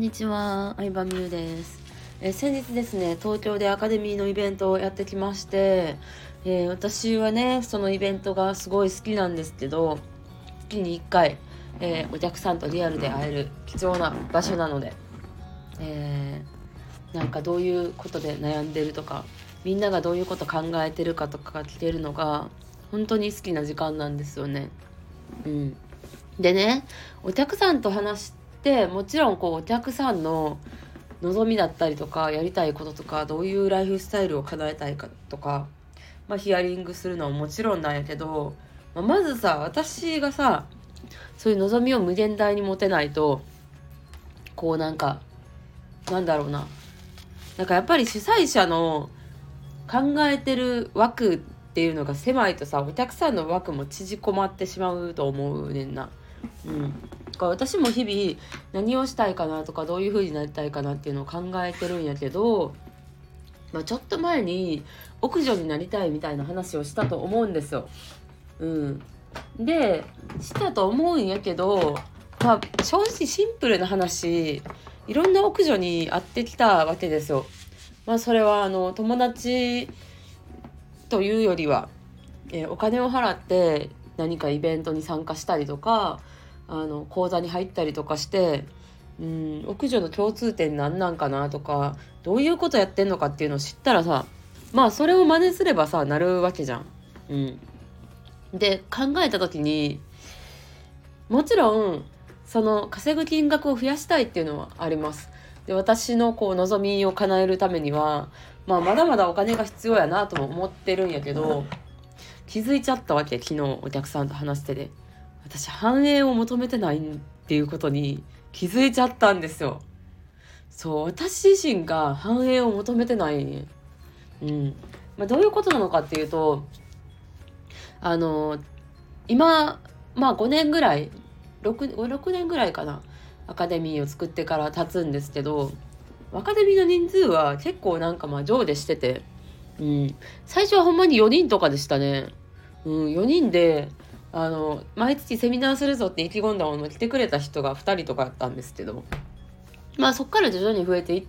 にちは、相葉美優です。先日ですね、東京でアカデミーのイベントをやってきまして、私はね、そのイベントがすごい好きなんですけど、月に1回、お客さんとリアルで会える貴重な場所なので、なんかどういうことで悩んでるとか、みんながどういうこと考えてるかとか聞けるのが本当に好きな時間なんですよね。でね、お客さんと話してもちろんお客さんの望みだったりとかやりたいこととかどういうライフスタイルを叶えたいかとか、ヒアリングするのはもちろんなんやけど、まずさ私がさそういう望みを無限大に持てないとなんだろうな、やっぱり主催者の考えてる枠っていうのが狭いとさ、お客さんの枠も縮こまってしまうと思うねんな。だから私も日々何をしたいかなとかどういう風になりたいかなっていうのを考えてるんやけど、ちょっと前に奥女になりたいみたいな話をしたと思うんですよ。でしたと思うんやけど、正直シンプルな話、いろんな奥女に会ってきたわけですよ。それは友達というよりは、お金を払って何かイベントに参加したりとか講座に入ったりとかして、奥女の共通点何なんかなとかどういうことやってんのかっていうのを知ったらさ、それを真似すればさなるわけじゃん。で考えた時に、もちろんその稼ぐ金額を増やしたいっていうのはあります。で私の望みを叶えるためには、まだまだお金が必要やなとも思ってるんやけど、気づいちゃったわけ。昨日お客さんと話してて、私繁栄を求めてないっていうことに気づいちゃったんですよ。そう、私自身が繁栄を求めてない。どういうことなのかっていうと、今5年ぐらい6年ぐらいかな、アカデミーを作ってから経つんですけど、アカデミーの人数は結構上下してて、最初はほんまに4人とかでしたね。4人で毎月セミナーするぞって意気込んだもの来てくれた人が2人とかだったんですけど、そっから徐々に増えていって、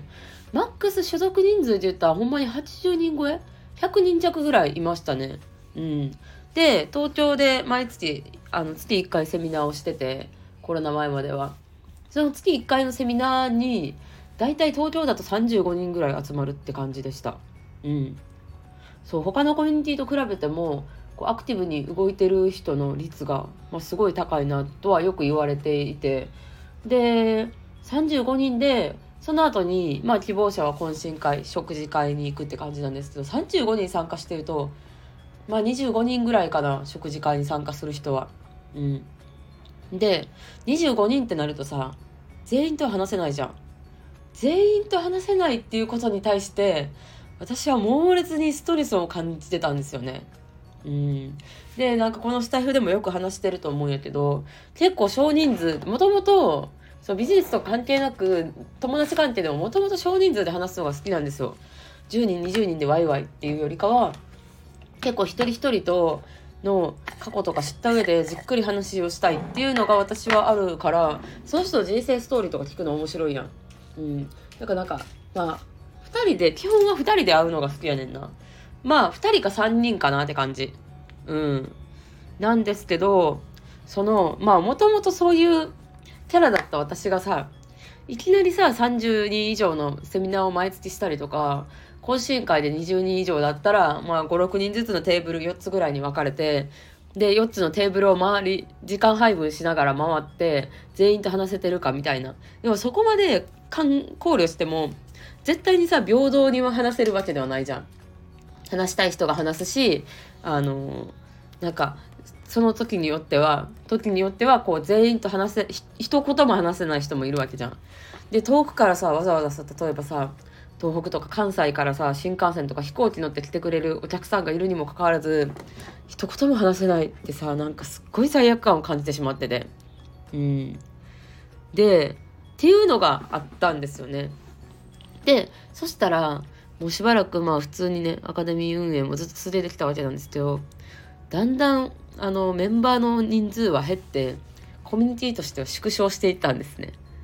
マックス所属人数で言ったらほんまに80人超え100人弱ぐらいいましたね。で東京で毎月月1回セミナーをしてて、コロナ前まではその月1回のセミナーにだいたい東京だと35人ぐらい集まるって感じでした。そう、他のコミュニティと比べてもアクティブに動いてる人の率が、すごい高いなとはよく言われていて、で35人でその後に希望者は懇親会食事会に行くって感じなんですけど、35人参加してると25人ぐらいかな、食事会に参加する人は。で25人ってなるとさ、全員とは話せないじゃん。全員と話せないっていうことに対して私は猛烈にストレスを感じてたんですよね。でこのスタイフでもよく話してると思うんやけど、結構少人数、もともとビジネスと関係なく友達関係でももともと少人数で話すのが好きなんですよ。10人20人でワイワイっていうよりかは、結構一人一人との過去とか知った上でじっくり話をしたいっていうのが私はあるから、その人の人生ストーリーとか聞くの面白いやん。だから2人で、基本は2人で会うのが好きやねんな。2人か3人かなって感じ。なんですけど、もともとそういうキャラだった私がさ、いきなりさ30人以上のセミナーを毎月したりとか、懇親会で20人以上だったら5、6人ずつのテーブル4つぐらいに分かれて、で4つのテーブルを時間配分しながら回って全員と話せてるかみたいな。でもそこまで考慮しても絶対にさ平等には話せるわけではないじゃん。話したい人が話すし、その時によっては全員と一言も話せない人もいるわけじゃん。で遠くからさわざわざさ、例えばさ東北とか関西からさ新幹線とか飛行機乗って来てくれるお客さんがいるにもかかわらず一言も話せないってさ、すっごい罪悪感を感じてしまってて、でっていうのがあったんですよね。でそしたらもうしばらく普通にねアカデミー運営もずっと続いてきたわけなんですけど、だんだんメンバーの人数は減ってコミュニティとしては縮小していったんですね。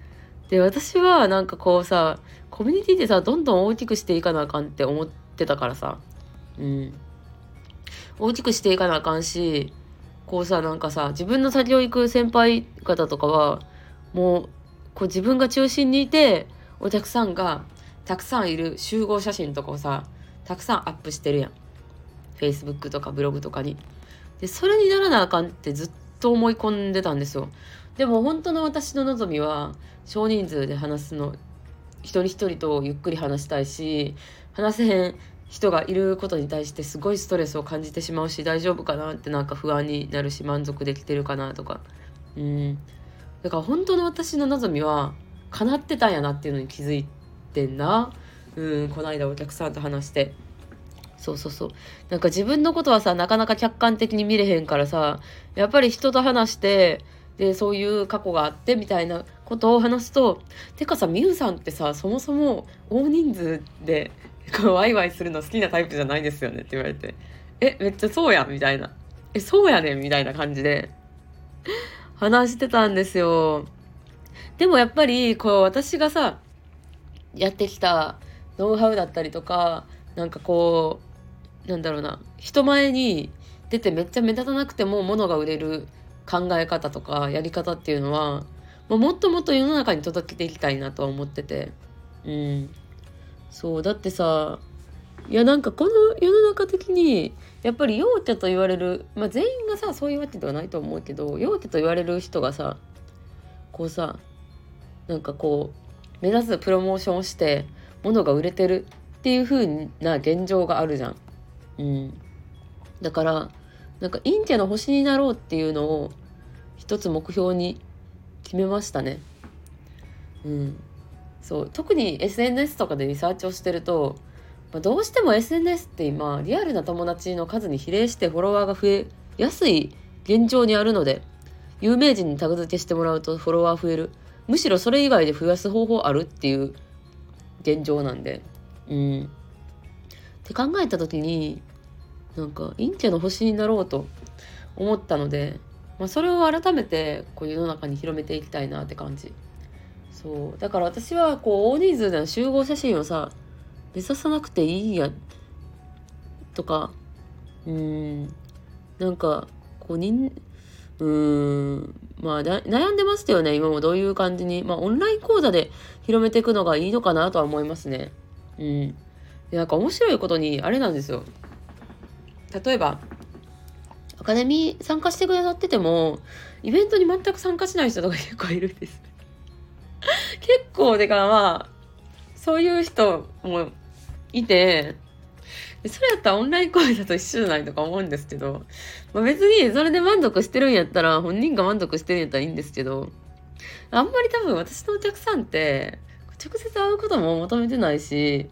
で、私はなんかこうさ、コミュニティでさ、どんどん大きくしていかなあかんって思ってたからさ、うん。大きくしていかなあかんし、こうさ、なんかさ、自分の先を行く先輩方とかは、もう、こう自分が中心にいて、お客さんがたくさんいる集合写真とかをさ、たくさんアップしてるやん。Facebook とかブログとかに。で、それにならなあかんってずっと思い込んでたんですよ。でも本当の私の望みは、少人数で話すの、一人一人とゆっくり話したいし、話せへん人がいることに対してすごいストレスを感じてしまうし、大丈夫かなってなんか不安になるし、満足できてるかなとか。うん。だから本当の私の望みは叶ってたんやなっていうのに気づいてんな。この間お客さんと話して。そうそうそう。なんか自分のことはさ、なかなか客観的に見れへんからさ、やっぱり人と話して、で、そういう過去があってみたいなことを話すと、てかさ、みゆさんってさ、そもそも大人数でこうワイワイするの好きなタイプじゃないですよねって言われて、めっちゃそうやんみたいな。そうやねんみたいな感じで話してたんですよ。でもやっぱり、こう、私がさ、やってきたノウハウだったりとか、なんかこう、なんだろうな、人前に出てめっちゃ目立たなくても物が売れる考え方とかやり方っていうのは、もっともっと世の中に届けていきたいなとは思ってて。うん。そう、だってさ、いやなんかこの世の中的に、やっぱり陽キャと言われる、全員がさ、そういうわけではないと思うけど、陽キャと言われる人がさ、こうさ、なんかこう、目指すプロモーションをして、物が売れてるっていう風な現状があるじゃん。うん。だから、なんか陰キャの星になろうっていうのを一つ目標に決めましたね。うん。そう。特に SNS とかでリサーチをしてると、どうしても SNS って今、リアルな友達の数に比例してフォロワーが増えやすい現状にあるので、有名人にタグ付けしてもらうとフォロワー増える。むしろそれ以外で増やす方法あるっていう現状なんで。って考えた時に、なんか陰キャの星になろうと思ったので、それを改めてこう世の中に広めていきたいなって感じ。そう。だから私はこう大人数での集合写真をさ、目指さなくていいやとか、なんかこう悩んでましたよね。今もどういう感じに、オンライン講座で広めていくのがいいのかなとは思いますね。でなんか面白いことにあれなんですよ。例えばアカデミー参加してくださってても、イベントに全く参加しない人とか結構いるんです。結構でかそういう人もいて、それやったらオンライン講座と一緒じゃないとか思うんですけど、別にそれで満足してるんやったら、本人が満足してるんやったらいいんですけど、あんまり多分私のお客さんって直接会うことも求めてないし、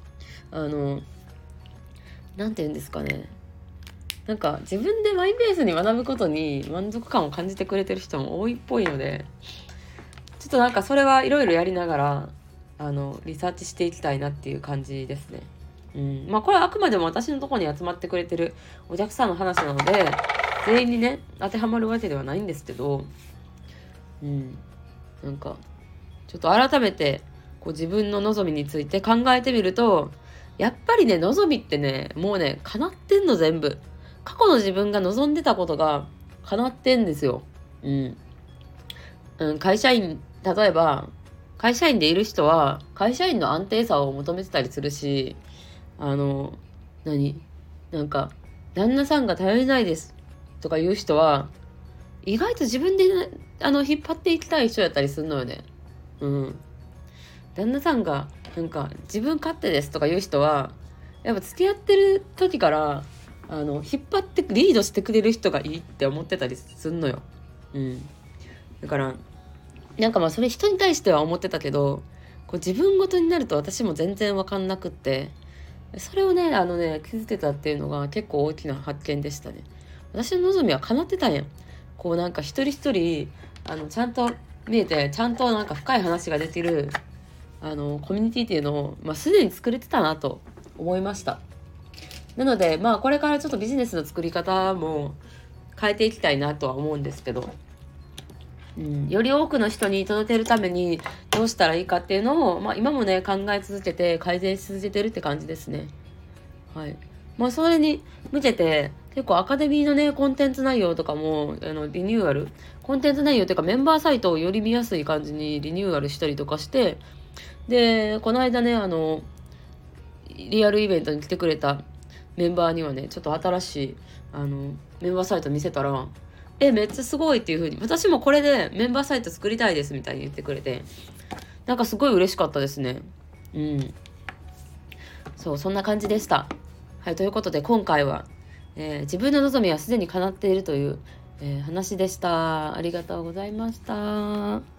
なんて言うんですかね。なんか自分でマイペースに学ぶことに満足感を感じてくれてる人も多いっぽいので、ちょっとなんかそれはいろいろやりながら、リサーチしていきたいなっていう感じですね。これはあくまでも私のところに集まってくれてるお客さんの話なので、全員にね、当てはまるわけではないんですけど、なんか、ちょっと改めて、こう自分の望みについて考えてみると、やっぱりね、望みってね、もうね、叶ってんの全部。過去の自分が望んでたことが叶ってんですよ。会社員、例えば、会社員でいる人は、会社員の安定さを求めてたりするし、なんか、旦那さんが頼りないですとか言う人は、意外と自分で、引っ張っていきたい人やったりするのよね。旦那さんが、なんか、自分勝手ですとか言う人は、やっぱ付き合ってる時から、引っ張ってリードしてくれる人がいいって思ってたりすんのよ。だから、なんかそれ人に対しては思ってたけど、こう自分ごとになると私も全然わかんなくって、それをね、気づけたっていうのが結構大きな発見でしたね。私の望みは叶ってたんや。こうなんか一人一人、ちゃんと見えて、ちゃんとなんか深い話ができる、コミュニティっていうのを、すでに作れてたなと思いました。なので、これからちょっとビジネスの作り方も変えていきたいなとは思うんですけど、 より多くの人に届けるためにどうしたらいいかっていうのを、今もね考え続けて改善し続けてるって感じですね。はい。それに向けて結構アカデミーのねコンテンツ内容とかもリニューアル、コンテンツ内容っていうかメンバーサイトをより見やすい感じにリニューアルしたりとかして、でこの間ねリアルイベントに来てくれたメンバーにはねちょっと新しいメンバーサイト見せたら、めっちゃすごいっていう風に、私もこれでメンバーサイト作りたいですみたいに言ってくれて、なんかすごい嬉しかったですね。そう、そんな感じでした。はい、ということで今回は、自分の望みはすでに叶っているという、話でした。ありがとうございました。